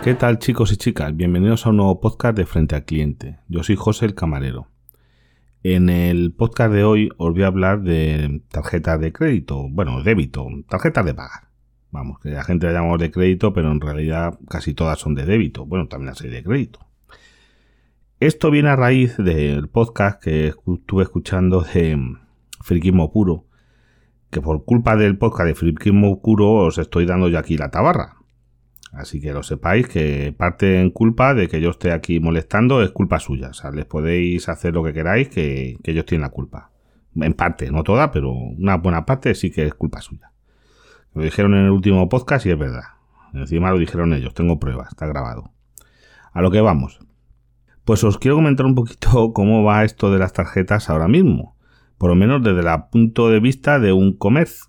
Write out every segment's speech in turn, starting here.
¿Qué tal, chicos y chicas? Bienvenidos a un nuevo podcast de Frente al Cliente. Yo soy José el Camarero. En el podcast de hoy os voy a hablar de tarjetas de crédito, bueno, débito, tarjetas de pagar. Vamos, que la gente la llamamos de crédito, pero en realidad casi todas son de débito. Bueno, también las hay de crédito. Esto viene a raíz del podcast que estuve escuchando de Friquismo Puro, que por culpa del podcast de Friquismo Puro os estoy dando yo aquí la tabarra. Así que lo sepáis que parte en culpa de que yo esté aquí molestando es culpa suya. O sea, les podéis hacer lo que queráis, que ellos tienen la culpa. En parte, no toda, pero una buena parte sí que es culpa suya. Lo dijeron en el último podcast y es verdad. Encima lo dijeron ellos, tengo pruebas, está grabado. A lo que vamos. Pues os quiero comentar un poquito cómo va esto de las tarjetas ahora mismo. Por lo menos desde el punto de vista de un comercio,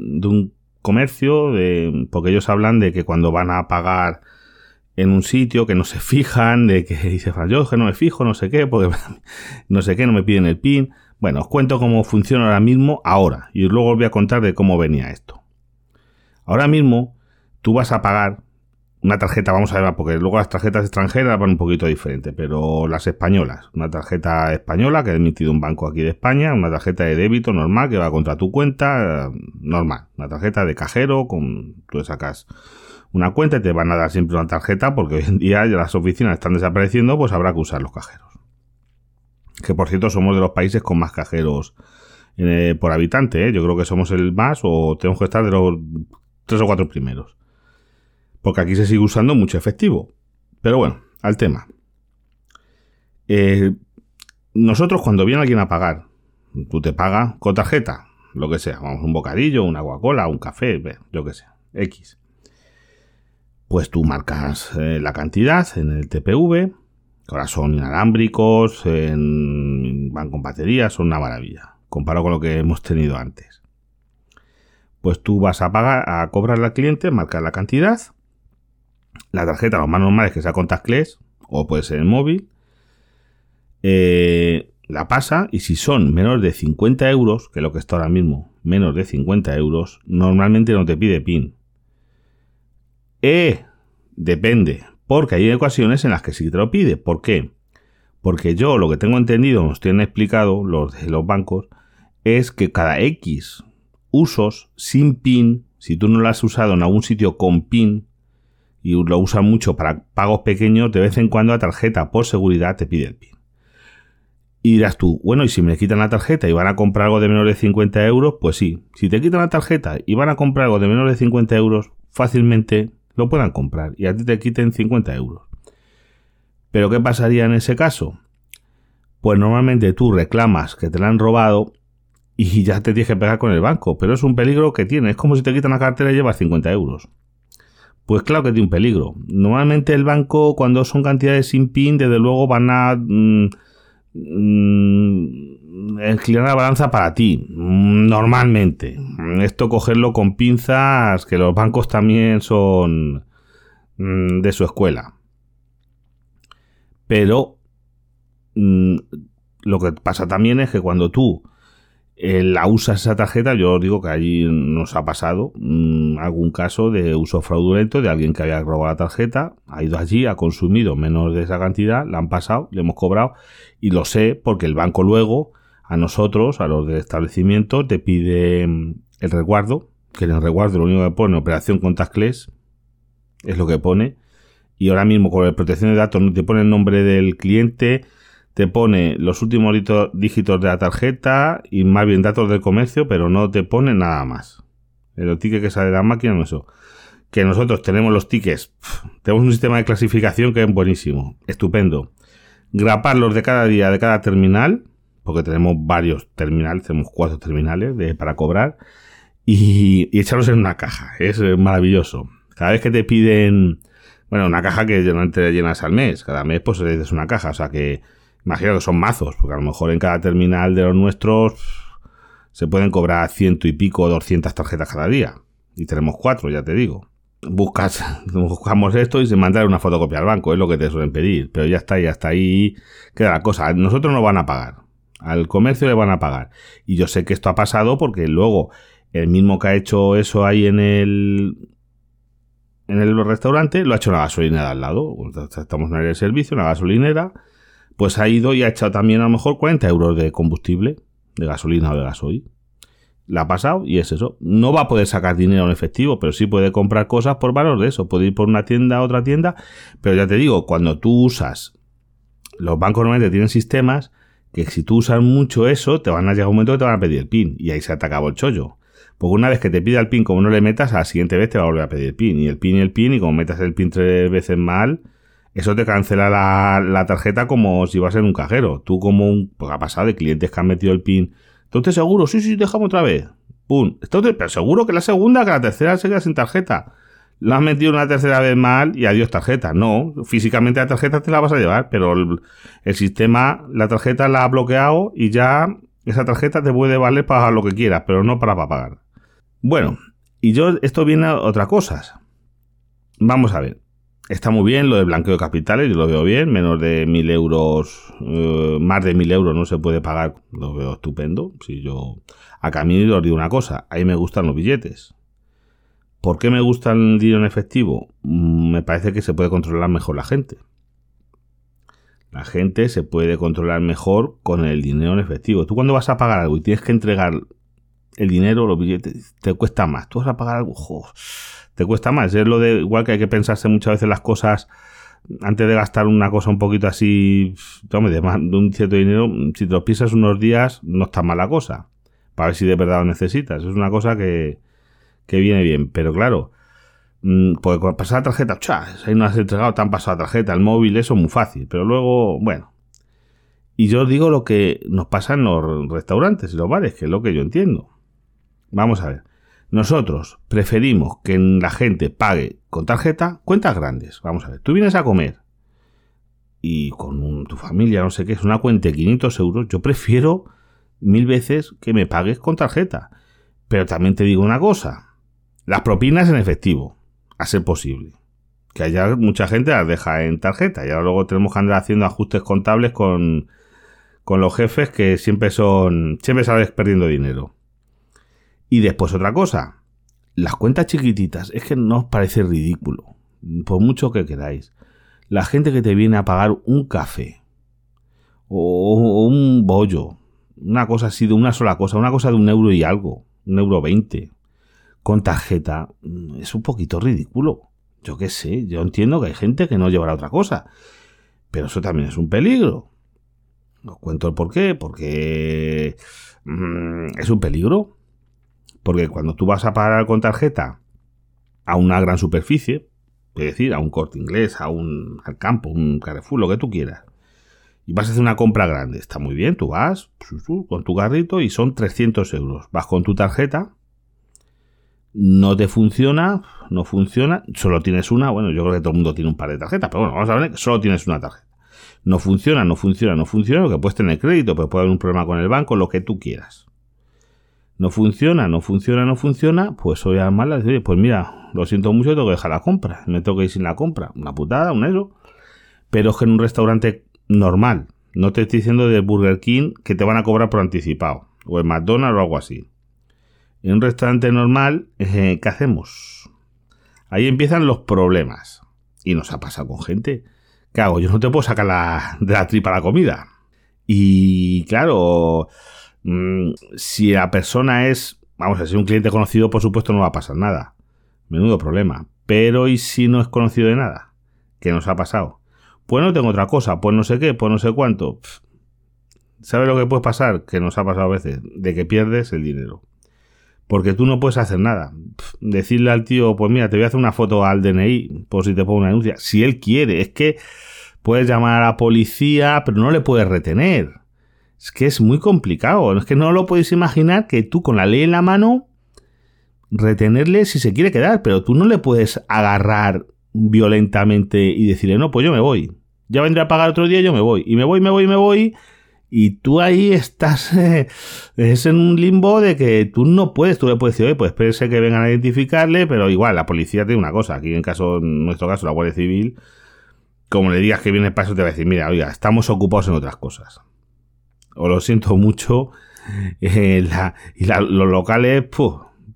porque ellos hablan de que cuando van a pagar en un sitio que no se fijan, de que dice yo que no me fijo, no sé qué, porque no sé qué, no me piden el PIN. Bueno, os cuento cómo funciona ahora mismo, ahora, y luego os voy a contar de cómo venía esto. Ahora mismo tú vas a pagar una tarjeta, vamos a ver, porque luego las tarjetas extranjeras van un poquito diferente, pero las españolas, una tarjeta española que ha emitido un banco aquí de España, una tarjeta de débito normal que va contra tu cuenta, normal, una tarjeta de cajero, tú le sacas una cuenta y te van a dar siempre una tarjeta, porque hoy en día ya las oficinas están desapareciendo, pues habrá que usar los cajeros. Que por cierto somos de los países con más cajeros por habitante, yo creo que somos el más, o tenemos que estar de los 3 o 4 primeros. Porque aquí se sigue usando mucho efectivo. Pero bueno, al tema. Nosotros cuando viene alguien a pagar, tú te pagas con tarjeta, lo que sea, vamos, un bocadillo, una Coca-Cola, un café, yo que sé, X. Pues tú marcas la cantidad en el TPV, que ahora son inalámbricos, van con baterías, son una maravilla, comparado con lo que hemos tenido antes. Pues tú vas a pagar, a cobrarle al cliente, marcas la cantidad. La tarjeta, lo más normal es que sea contactless, o puede ser el móvil. La pasa, y si son menos de 50 euros, que es lo que está ahora mismo, menos de 50 euros, normalmente no te pide PIN. Depende, porque hay ocasiones en las que sí te lo pide. ¿Por qué? Porque yo lo que tengo entendido, nos tienen explicado los de los bancos, es que cada X usos sin PIN, si tú no lo has usado en algún sitio con PIN, y lo usan mucho para pagos pequeños, de vez en cuando la tarjeta por seguridad te pide el PIN. Y dirás tú, bueno, ¿y si me quitan la tarjeta y van a comprar algo de menos de 50 euros? Pues sí, si te quitan la tarjeta y van a comprar algo de menos de 50 euros, fácilmente lo puedan comprar y a ti te quiten 50 euros. ¿Pero qué pasaría en ese caso? Pues normalmente tú reclamas que te la han robado y ya te tienes que pegar con el banco, pero es un peligro que tiene, es como si te quitan la cartera y llevas 50 euros. Pues claro que tiene un peligro. Normalmente el banco, cuando son cantidades sin PIN, desde luego van a inclinar la balanza para ti. Normalmente. Esto cogerlo con pinzas, que los bancos también son de su escuela. Pero lo que pasa también es que cuando tú la usas esa tarjeta, yo os digo que allí nos ha pasado algún caso de uso fraudulento de alguien que había robado la tarjeta, ha ido allí, ha consumido menos de esa cantidad, la han pasado, le hemos cobrado, y lo sé porque el banco luego a nosotros, a los del establecimiento, te pide el resguardo, que en el resguardo lo único que pone operación contactless, es lo que pone, y ahora mismo con la protección de datos no te pone el nombre del cliente, te pone los últimos dígitos de la tarjeta y más bien datos del comercio, pero no te pone nada más. El ticket que sale de la máquina, no eso. Que nosotros tenemos los tickets, tenemos un sistema de clasificación que es buenísimo, estupendo. Graparlos de cada día, de cada terminal, porque tenemos varios terminales, tenemos 4 terminales para cobrar, y echarlos en una caja. Es maravilloso. Cada vez que te piden, bueno, una caja que no te llenas al mes, cada mes pues es una caja, o sea que imagino que son mazos, porque a lo mejor en cada terminal de los nuestros se pueden cobrar 100 y pico, 200 tarjetas cada día. Y tenemos 4, ya te digo. Buscamos esto y se mandan una fotocopia al banco, es lo que te suelen pedir. Pero ya está ahí queda la cosa. Nosotros no van a pagar. Al comercio le van a pagar. Y yo sé que esto ha pasado porque luego el mismo que ha hecho eso ahí en en el restaurante, lo ha hecho en la gasolinera de al lado. Estamos en el área de servicio, en la gasolinera, pues ha ido y ha echado también a lo mejor 40 euros de combustible, de gasolina o de gasoil. La ha pasado y es eso. No va a poder sacar dinero en efectivo, pero sí puede comprar cosas por valor de eso. Puede ir por una tienda a otra tienda, pero ya te digo, cuando tú usas, los bancos normalmente tienen sistemas que si tú usas mucho eso, te van a llegar un momento que te van a pedir el PIN y ahí se te acabó el chollo. Porque una vez que te pida el PIN, como no le metas, a la siguiente vez te va a volver a pedir el PIN. Y el PIN, y como metas el PIN 3 veces mal, eso te cancela la tarjeta como si vas en un cajero. Tú porque ha pasado de clientes que han metido el PIN. ¿Entonces seguro? Sí, déjame otra vez. ¡Pum! Entonces, pero seguro que la segunda, que la tercera se queda sin tarjeta. Lo has metido una tercera vez mal y adiós tarjeta. No, físicamente la tarjeta te la vas a llevar, pero el sistema, la tarjeta la ha bloqueado y ya esa tarjeta te puede valer para lo que quieras, pero no para pagar. Bueno, esto viene a otras cosas. Vamos a ver. Está muy bien lo de blanqueo de capitales, yo lo veo bien, menos de 1.000 euros, más de 1.000 euros no se puede pagar, lo veo estupendo. Si yo, a mí os digo una cosa, a mí me gustan los billetes. ¿Por qué me gusta el dinero en efectivo? Me parece que se puede controlar mejor la gente. La gente se puede controlar mejor con el dinero en efectivo. Tú cuando vas a pagar algo y tienes que entregar el dinero, los billetes, te cuesta más. Tú vas a pagar algo, te cuesta más. Es lo de igual que hay que pensarse muchas veces las cosas antes de gastar una cosa un poquito así, de un cierto dinero. Si te lo piensas unos días, no está mal la cosa. Para ver si de verdad lo necesitas. Es una cosa que viene bien. Pero claro, porque cuando pasas la tarjeta, ahí no has entregado, te han pasado la tarjeta, el móvil, eso es muy fácil. Pero luego, bueno. Y yo digo lo que nos pasa en los restaurantes y los bares, que es lo que yo entiendo. Vamos a ver. Nosotros preferimos que la gente pague con tarjeta cuentas grandes. Vamos a ver. Tú vienes a comer y con tu familia, no sé qué, es una cuenta de 500 euros. Yo prefiero 1000 veces que me pagues con tarjeta. Pero también te digo una cosa. Las propinas en efectivo, a ser posible. Que haya mucha gente las deja en tarjeta. Y ahora luego tenemos que andar haciendo ajustes contables con los jefes que siempre sales perdiendo dinero. Y después otra cosa, las cuentas chiquititas, es que no os parece ridículo, por mucho que queráis. La gente que te viene a pagar un café o un bollo, una cosa así de una sola cosa, una cosa de 1 euro y algo, 1,20 €, con tarjeta, es un poquito ridículo. Yo qué sé, yo entiendo que hay gente que no llevará otra cosa, pero eso también es un peligro. Os cuento el porqué, porque es un peligro. Porque cuando tú vas a pagar con tarjeta a una gran superficie, es decir, a un Corte Inglés, al Campo, un Carrefour, lo que tú quieras, y vas a hacer una compra grande, está muy bien, tú vas con tu carrito y son 300 euros. Vas con tu tarjeta, no te funciona, no funciona, solo tienes una, bueno, yo creo que todo el mundo tiene un par de tarjetas, pero bueno, vamos a ver que solo tienes una tarjeta. No funciona, lo que puedes tener crédito, pero puede haber un problema con el banco, lo que tú quieras. No funciona, pues voy a llamarla y decir, oye, pues mira, lo siento mucho, tengo que dejar la compra, me tengo que ir sin la compra, una putada, un eso. Pero es que en un restaurante normal, no te estoy diciendo de Burger King que te van a cobrar por anticipado, o en McDonald's o algo así. En un restaurante normal, ¿qué hacemos? Ahí empiezan los problemas. Y nos ha pasado con gente. ¿Qué hago? Yo no te puedo sacar de la tripa la comida. Y claro, si la persona es, vamos a ver, si es un cliente conocido, por supuesto no va a pasar nada. Menudo problema. Pero ¿y si no es conocido de nada? ¿Qué nos ha pasado? Pues no tengo otra cosa, pues no sé qué, pues no sé cuánto. ¿Sabes lo que puede pasar? Que nos ha pasado a veces, de que pierdes el dinero. Porque tú no puedes hacer nada. Decirle al tío, pues mira, te voy a hacer una foto al DNI, por si te pongo una denuncia. Si él quiere, es que puedes llamar a la policía, pero no le puedes retener. Es que es muy complicado. Es que no lo puedes imaginar que tú con la ley en la mano retenerle si se quiere quedar, pero tú no le puedes agarrar violentamente y decirle, no, pues yo me voy. Ya vendré a pagar otro día, yo me voy. Y me voy. Y tú ahí estás es en un limbo de que tú no puedes. Tú le puedes decir, oye, pues espérese que vengan a identificarle, pero igual, la policía tiene una cosa. Aquí en nuestro caso, la Guardia Civil, como le digas que viene para eso, te va a decir, mira, oiga, estamos ocupados en otras cosas. Os lo siento mucho. Los locales,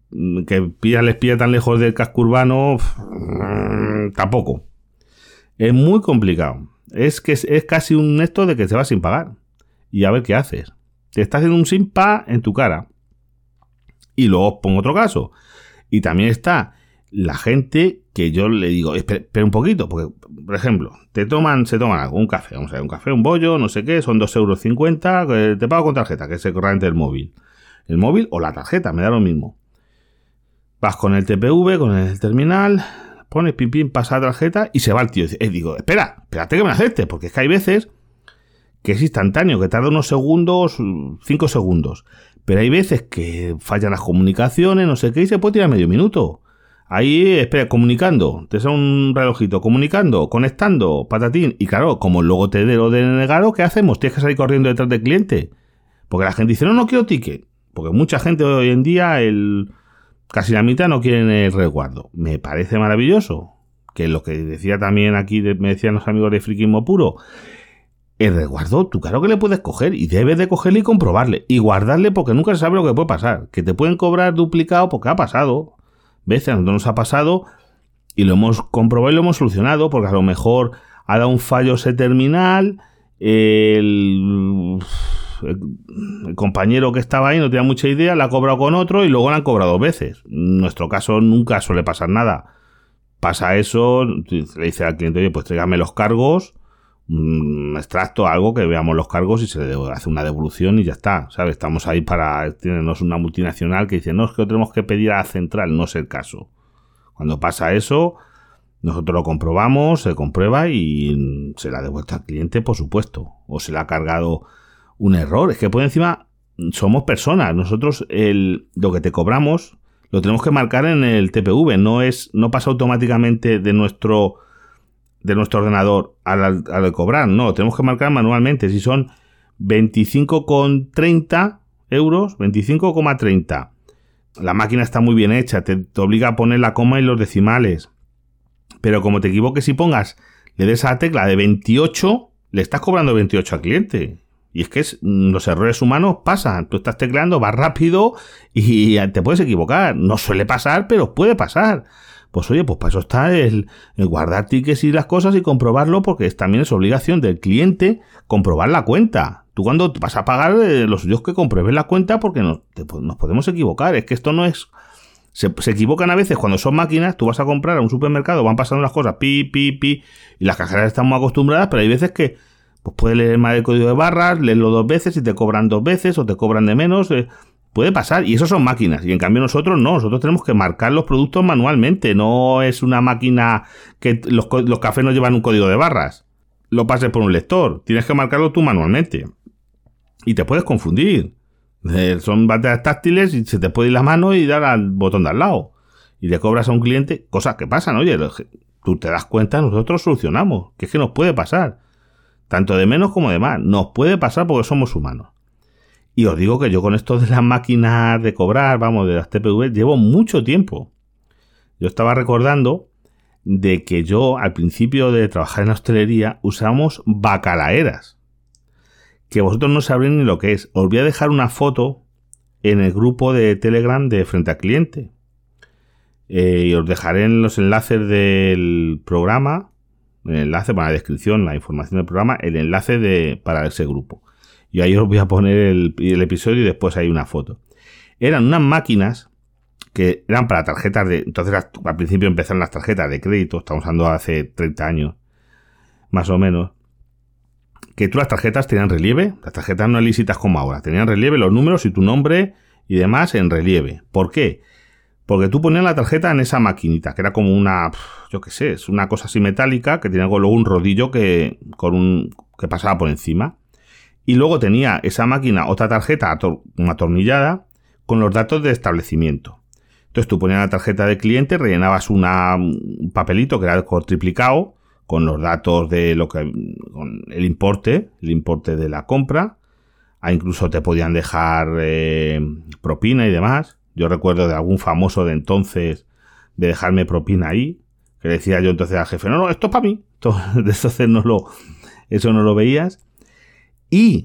que les pilla tan lejos del casco urbano, tampoco. Es muy complicado. Es casi un esto de que te vas sin pagar. Y a ver qué haces. Te está haciendo un simpa en tu cara. Y luego os pongo otro caso. Y también está la gente que yo le digo, espera un poquito, porque, por ejemplo, se toman algo, un café, vamos a ver, un café, un bollo, no sé qué, son 2,50 €, te pago con tarjeta, que es el corriente del móvil. El móvil o la tarjeta, me da lo mismo. Vas con el TPV, con el terminal, pones pim pim, pasa la tarjeta y se va el tío. Digo, espérate que me acepte, porque es que hay veces que es instantáneo, que tarda unos segundos, 5 segundos. Pero hay veces que fallan las comunicaciones, no sé qué, y se puede tirar medio minuto. Ahí, espera, comunicando, te sale un relojito, comunicando, conectando, patatín. Y claro, como luego te lo denegaron, ¿qué hacemos? Tienes que salir corriendo detrás del cliente. Porque la gente dice, no quiero ticket. Porque mucha gente hoy en día, casi la mitad no quieren el resguardo. Me parece maravilloso. Que lo que decía también aquí, me decían los amigos de Friquismo Puro, el resguardo, tú claro que le puedes coger y debes de cogerle y comprobarle. Y guardarle porque nunca se sabe lo que puede pasar. Que te pueden cobrar duplicado porque ha pasado. Veces a nosotros nos ha pasado y lo hemos comprobado y lo hemos solucionado porque a lo mejor ha dado un fallo ese terminal, el compañero que estaba ahí no tenía mucha idea, la ha cobrado con otro y luego la han cobrado 2 veces. En nuestro caso nunca suele pasar nada. Pasa eso, le dice al cliente, oye, pues tráigame los cargos, un extracto, algo que veamos los cargos y se le hace una devolución y ya está, ¿sabes? Estamos ahí tenemos una multinacional que dice, no, es que lo tenemos que pedir a la central, no es el caso. Cuando pasa eso, nosotros lo comprobamos, se comprueba y se la devuelve al cliente, por supuesto, o se le ha cargado un error. Es que por encima somos personas, nosotros lo que te cobramos lo tenemos que marcar en el TPV, no pasa automáticamente de nuestro ordenador al cobrar, no, tenemos que marcar manualmente. Si son 25,30 €, 25,30. La máquina está muy bien hecha, te obliga a poner la coma y los decimales. Pero como te equivoques y le des a la tecla de 28, le estás cobrando 28 al cliente. Y es que los errores humanos pasan. Tú estás tecleando, vas rápido y te puedes equivocar. No suele pasar, pero puede pasar. Pues oye, pues para eso está el guardar tickets y las cosas y comprobarlo, porque también es obligación del cliente comprobar la cuenta. Tú cuando vas a pagar, lo suyo es que compruebes la cuenta porque nos podemos equivocar. Es que esto no es... Se equivocan a veces cuando son máquinas, tú vas a comprar a un supermercado, van pasando las cosas, y las cajeras están muy acostumbradas, pero hay veces que pues puedes leer mal el código de barras, leerlo 2 veces y te cobran 2 veces o te cobran de menos... Puede pasar, y eso son máquinas, y en cambio nosotros no, nosotros tenemos que marcar los productos manualmente, no es una máquina que los cafés no llevan un código de barras, lo pases por un lector, tienes que marcarlo tú manualmente, y te puedes confundir, son baterías táctiles y se te puede ir la mano y dar al botón de al lado, y le cobras a un cliente, cosas que pasan, oye, tú te das cuenta, nosotros solucionamos, que es que nos puede pasar, tanto de menos como de más, nos puede pasar porque somos humanos. Y os digo que yo con esto de las máquinas de cobrar, de las TPV, llevo mucho tiempo. Yo estaba recordando de que yo al principio de trabajar en la hostelería usábamos bacalaeras. Que vosotros no sabréis ni lo que es. Os voy a dejar una foto en el grupo de Telegram de Frente al Cliente. Y os dejaré en los enlaces del programa, el enlace para la descripción, la información del programa, el enlace para ese grupo. Y ahí os voy a poner el episodio y después hay una foto. Eran unas máquinas que eran para tarjetas de... Entonces al principio empezaron las tarjetas de crédito, estamos hablando hace 30 años, más o menos. Que tú las tarjetas tenían relieve, las tarjetas no lícitas como ahora, tenían relieve los números y tu nombre y demás en relieve. ¿Por qué? Porque tú ponías la tarjeta en esa maquinita, que era como una... Yo qué sé, es una cosa así metálica que tenía luego un rodillo que pasaba por encima. Y luego tenía esa máquina otra tarjeta atornillada con los datos de establecimiento. Entonces tú ponías la tarjeta de cliente, rellenabas un papelito que era triplicado con los datos de con el importe de la compra. Ahí incluso te podían dejar propina y demás. Yo recuerdo de algún famoso de entonces de dejarme propina ahí, que decía yo entonces al jefe, no, esto es para mí. Entonces eso no lo veías. ¿Y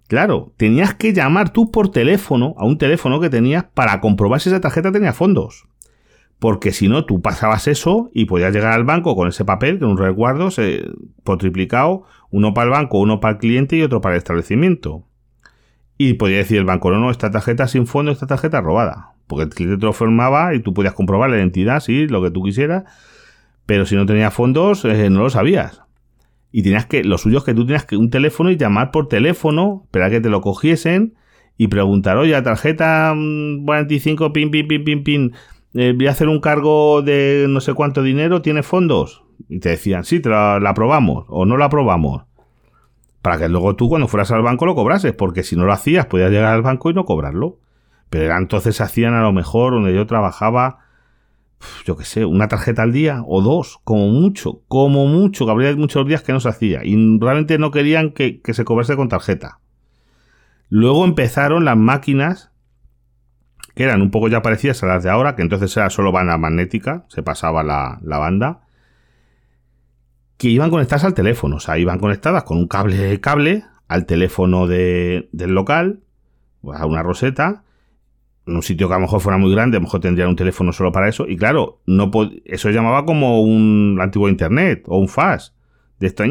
Claro, tenías que llamar tú por teléfono a un teléfono que tenías para comprobar si esa tarjeta tenía fondos. Porque si no, tú pasabas eso y podías llegar al banco con ese papel, con un resguardo por triplicado, uno para el banco, uno para el cliente y otro para el establecimiento. Y podía decir el banco, no, esta tarjeta sin fondo, esta tarjeta robada. Porque el cliente te lo firmaba y tú podías comprobar la identidad, sí, lo que tú quisieras, pero si no tenía fondos, no lo sabías. Y lo suyo es que tú tenías que un teléfono y llamar por teléfono, esperar que te lo cogiesen y preguntar, oye, la tarjeta 45, pin, voy a hacer un cargo de no sé cuánto dinero, ¿tiene fondos? Y te decían, sí, la aprobamos o no la aprobamos. Para que luego tú cuando fueras al banco lo cobrases, porque si no lo hacías podías llegar al banco y no cobrarlo. Pero entonces hacían a lo mejor donde yo trabajaba, yo qué sé, una tarjeta al día o dos, como mucho, que habría muchos días que no se hacía. Y realmente no querían que se cobrase con tarjeta. Luego empezaron las máquinas, que eran un poco ya parecidas a las de ahora, que entonces era solo banda magnética, se pasaba la banda, que iban conectadas al teléfono. O sea, iban conectadas con un cable al teléfono del local, a una roseta, en un sitio que a lo mejor fuera muy grande, a lo mejor tendrían un teléfono solo para eso, y claro, eso llamaba como un antiguo internet o un fax, de esto,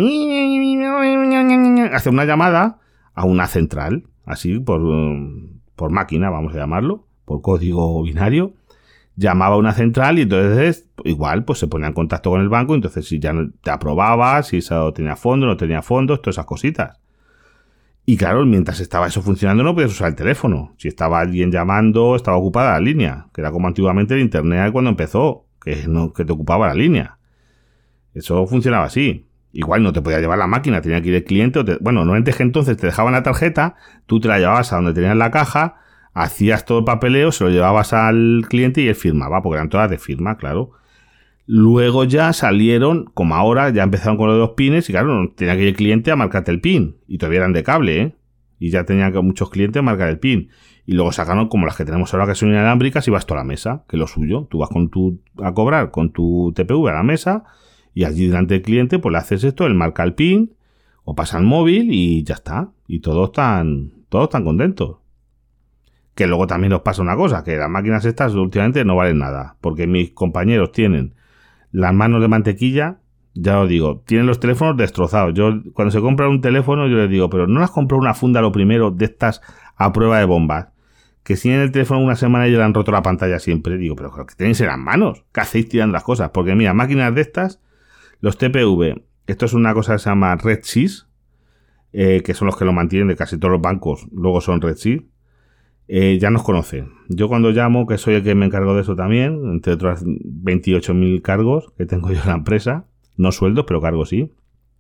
hace una llamada a una central, así por máquina, vamos a llamarlo, por código binario, llamaba a una central y entonces igual pues se ponía en contacto con el banco, entonces si ya te aprobaba, si eso tenía fondos, no tenía fondos, todas esas cositas. Y claro, mientras estaba eso funcionando no podías usar el teléfono. Si estaba alguien llamando, estaba ocupada la línea, que era como antiguamente el internet cuando empezó, que te ocupaba la línea. Eso funcionaba así. Igual no te podía llevar la máquina, tenía que ir el cliente. Normalmente que entonces te dejaban la tarjeta, tú te la llevabas a donde tenías la caja, hacías todo el papeleo, se lo llevabas al cliente y él firmaba, porque eran todas de firma, claro. Luego ya salieron, como ahora, ya empezaron con los 2 pines y claro, tenía que ir el cliente a marcarte el pin. Y todavía eran de cable, ¿eh? Y ya tenían que muchos clientes marcar el pin. Y luego sacaron como las que tenemos ahora que son inalámbricas y vas tú a la mesa, que es lo suyo. Tú vas a cobrar con tu TPV a la mesa y allí delante del cliente pues le haces esto, él marca el pin o pasa el móvil y ya está. Y todos están contentos. Que luego también nos pasa una cosa, que las máquinas estas últimamente no valen nada. Porque mis compañeros tienen las manos de mantequilla, ya os digo, tienen los teléfonos destrozados. Yo, cuando se compra un teléfono, yo les digo, pero no las compró una funda lo primero de estas a prueba de bombas. Que si en el teléfono una semana y le han roto la pantalla siempre. Digo, pero ¿qué tenéis en las manos? ¿Qué hacéis tirando las cosas? Porque mira, máquinas de estas, los TPV, esto es una cosa que se llama RedSys, que son los que lo mantienen de casi todos los bancos, luego son RedSys. Ya nos conocen. Yo cuando llamo, que soy el que me encargo de eso también, entre otras 28.000 cargos que tengo yo en la empresa, no sueldos, pero cargos sí,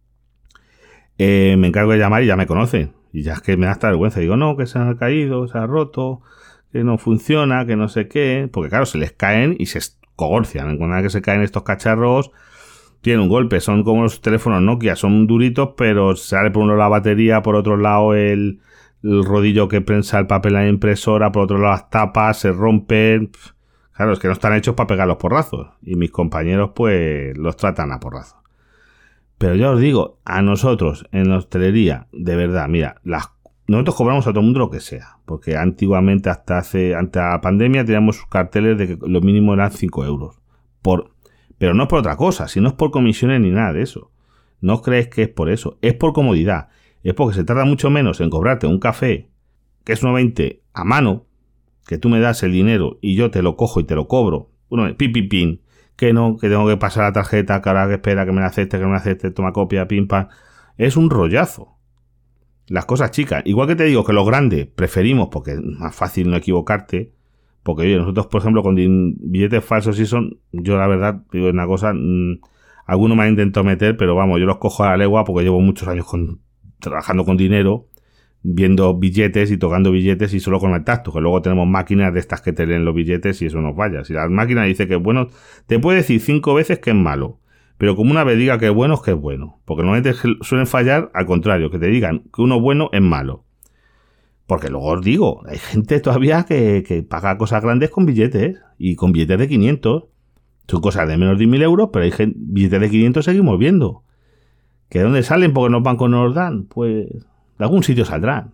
me encargo de llamar y ya me conocen. Y ya es que me da hasta vergüenza. Digo, no, que se ha caído, se ha roto, que no funciona, que no sé qué. Porque claro, se les caen y se cogorcian. Cuando que se caen estos cacharros, tienen un golpe. Son como los teléfonos Nokia, son duritos, pero sale por un lado la batería, por otro lado el rodillo que prensa el papel en la impresora, por otro lado las tapas, se rompen. Claro, es que no están hechos para pegar los porrazos. Y mis compañeros pues los tratan a porrazos. Pero ya os digo, a nosotros en la hostelería, de verdad, mira, nosotros cobramos a todo el mundo lo que sea. Porque antiguamente, antes de la pandemia, teníamos carteles de que lo mínimo eran 5 euros. Pero no es por otra cosa, si no es por comisiones ni nada de eso. No os creéis que es por eso, es por comodidad. Es porque se tarda mucho menos en cobrarte un café, que es 1,20 a mano, que tú me das el dinero y yo te lo cojo y te lo cobro. Pin, que no, que tengo que pasar la tarjeta, que ahora que espera que me la acepte, toma copia, pim, pam. Es un rollazo. Las cosas chicas. Igual que te digo que lo grande preferimos, porque es más fácil no equivocarte. Porque oye, nosotros, por ejemplo, con billetes falsos y son, yo la verdad, digo una cosa, algunos me han intentado meter, pero vamos, yo los cojo a la legua porque llevo muchos años trabajando con dinero, viendo billetes y tocando billetes y solo con el tacto, que luego tenemos máquinas de estas que te leen los billetes y eso nos vaya. Si la máquina dice que es bueno, te puede decir 5 veces que es malo, pero como una vez diga que es bueno, porque normalmente suelen fallar al contrario, que te digan que uno bueno es malo. Porque luego os digo, hay gente todavía que paga cosas grandes con billetes, y con billetes de 500, son cosas de menos de 1.000 euros, pero hay billetes de 500 seguimos viendo. ¿Que de dónde salen? Porque los bancos no los dan. Pues de algún sitio saldrán.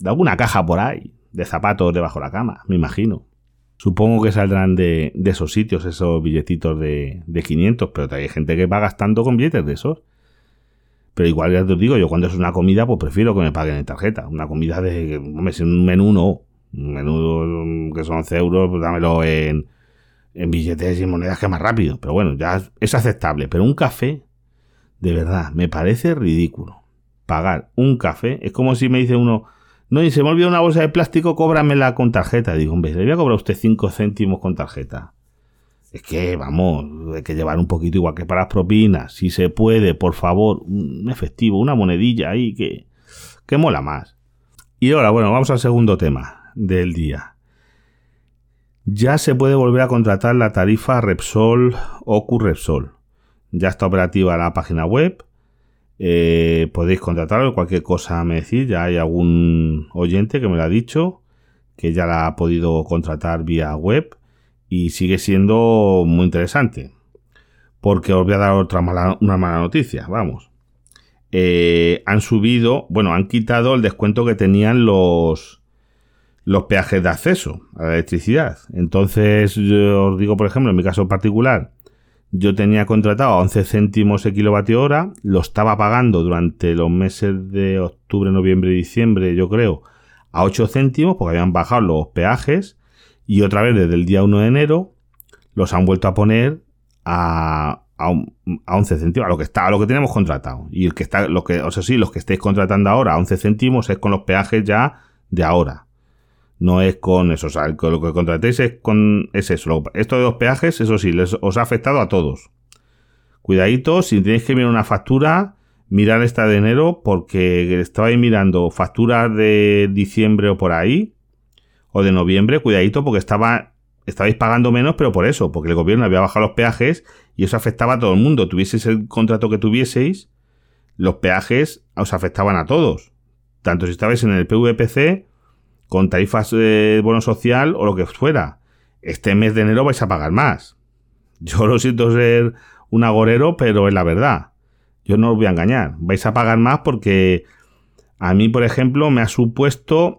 de alguna caja por ahí, de zapatos debajo de la cama, me imagino. Supongo que saldrán de esos sitios, esos billetitos de 500, pero hay gente que va gastando con billetes de esos. Pero igual ya te digo, yo cuando es una comida, pues prefiero que me paguen en tarjeta. Una comida de, hombre, si un menú no. Un menú que son 11 euros, pues dámelo en billetes y monedas que más rápido. Pero bueno, ya es aceptable. Pero un café, de verdad, me parece ridículo. Pagar un café, es como si me dice uno, no, y se me olvidó una bolsa de plástico, cóbramela con tarjeta. Digo, hombre, le voy a cobrar a usted 5 céntimos con tarjeta. Es que, vamos, hay que llevar un poquito igual que para las propinas. Si se puede, por favor, un efectivo, una monedilla ahí que mola más. Y ahora, bueno, vamos al segundo tema del día. Ya se puede volver a contratar la tarifa Repsol o Q-Repsol. Ya está operativa la página web. Podéis contratarlo, cualquier cosa me decís. Ya hay algún oyente que me lo ha dicho, que ya la ha podido contratar vía web. Y sigue siendo muy interesante. Porque os voy a dar una mala noticia. Vamos. Han subido, bueno, han quitado el descuento que tenían los peajes de acceso a la electricidad. Entonces, yo os digo, por ejemplo, en mi caso particular, yo tenía contratado a 11 céntimos el kilovatio hora. Lo estaba pagando durante los meses de octubre, noviembre y diciembre, yo creo, a 8 céntimos, porque habían bajado los peajes. Y otra vez, desde el día 1 de enero, los han vuelto a poner a 11 céntimos, a lo que tenemos contratado. Y los que estéis contratando ahora a 11 céntimos es con los peajes ya de ahora. No es con eso, o sea, con lo que contratéis es eso. Esto de los peajes, eso sí, os ha afectado a todos. Cuidadito, si tenéis que mirar una factura, mirad esta de enero, porque estabais mirando facturas de diciembre o por ahí, o de noviembre, cuidadito, porque estabais pagando menos, pero por eso, porque el gobierno había bajado los peajes y eso afectaba a todo el mundo. Tuvieseis el contrato que tuvieseis, los peajes os afectaban a todos. Tanto si estabais en el PVPC, con tarifas de bono social o lo que fuera. Este mes de enero vais a pagar más. Yo lo siento ser un agorero, pero es la verdad. Yo no os voy a engañar. Vais a pagar más porque a mí, por ejemplo, me ha supuesto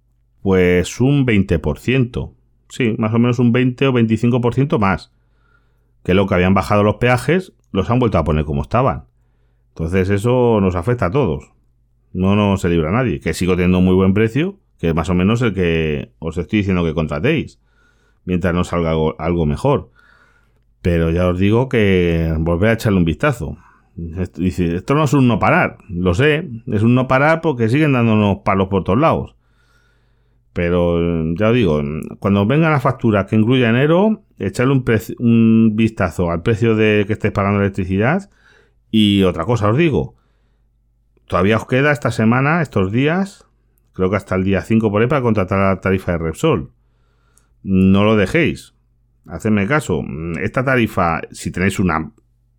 pues un 20%. Sí, más o menos un 20 o 25% más. Que lo que habían bajado los peajes, los han vuelto a poner como estaban. Entonces eso nos afecta a todos. No se libra a nadie. Que sigo teniendo muy buen precio, que es más o menos el que os estoy diciendo que contratéis, mientras no salga algo mejor. Pero ya os digo que volver a echarle un vistazo. Dice, esto no es un no parar, lo sé, es un no parar porque siguen dándonos palos por todos lados. Pero ya os digo, cuando venga la factura que incluya enero, echarle un vistazo al precio de que estéis pagando electricidad. Y otra cosa os digo, todavía os queda esta semana, estos días, creo que hasta el día 5 por ahí, para contratar la tarifa de Repsol. No lo dejéis. Hacedme caso. Esta tarifa, si tenéis una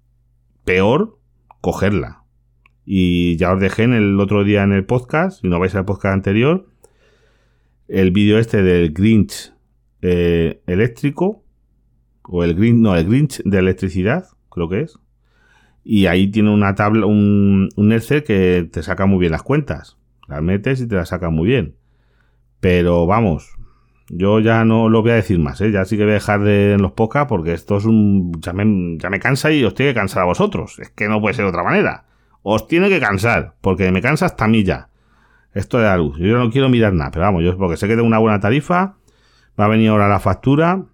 peor, cogerla. Y ya os dejé el otro día en el podcast, si no vais al podcast anterior, el vídeo este del Grinch eléctrico, o el Grinch de electricidad, creo que es. Y ahí tiene una tabla, un Excel que te saca muy bien las cuentas. Las metes y te las saca muy bien. Pero vamos, yo ya no lo voy a decir más, ya sí que voy a dejar en los podcasts, porque esto es ya me cansa y os tiene que cansar a vosotros. Es que no puede ser de otra manera. Os tiene que cansar, porque me cansa hasta a mí ya. Esto de la luz. Yo no quiero mirar nada, pero vamos, yo porque sé que tengo una buena tarifa. Va a venir ahora la factura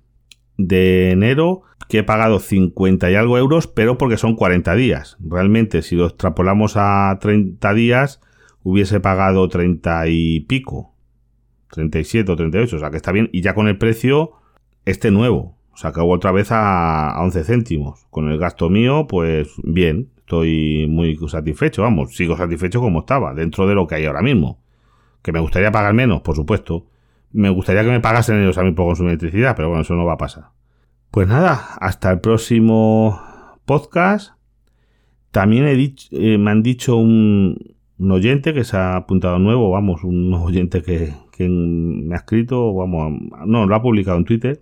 de enero, que he pagado 50 y algo euros, pero porque son 40 días. Realmente, si lo extrapolamos a 30 días, hubiese pagado 30 y pico. 37 o 38, o sea que está bien. Y ya con el precio nuevo. O sea que hago otra vez a 11 céntimos. Con el gasto mío, pues bien. Estoy muy satisfecho, vamos. Sigo satisfecho como estaba, dentro de lo que hay ahora mismo. Que me gustaría pagar menos, por supuesto. Me gustaría que me pagasen ellos a mí por consumir electricidad, pero bueno, eso no va a pasar. Pues nada, hasta el próximo podcast. También me han dicho un oyente que se ha apuntado nuevo, vamos, un oyente que me ha escrito, vamos, no, lo ha publicado en Twitter,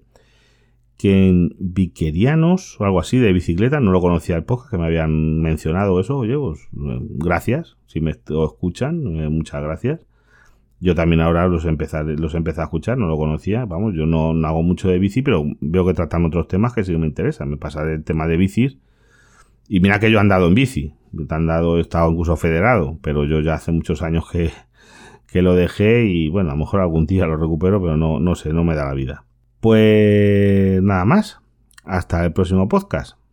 que en Viquerianos o algo así de bicicleta, no lo conocía el podcast, que me habían mencionado eso. Oye, pues gracias, si me escuchan, muchas gracias. Yo también ahora los empecé a escuchar, no lo conocía, vamos, yo no hago mucho de bici, pero veo que tratan otros temas que sí que me interesan. Me pasa el tema de bicis, y mira que yo he andado en bici, he estado incluso federado, pero yo ya hace muchos años que lo dejé y bueno, a lo mejor algún día lo recupero, pero no sé, no me da la vida. Pues nada más, hasta el próximo podcast.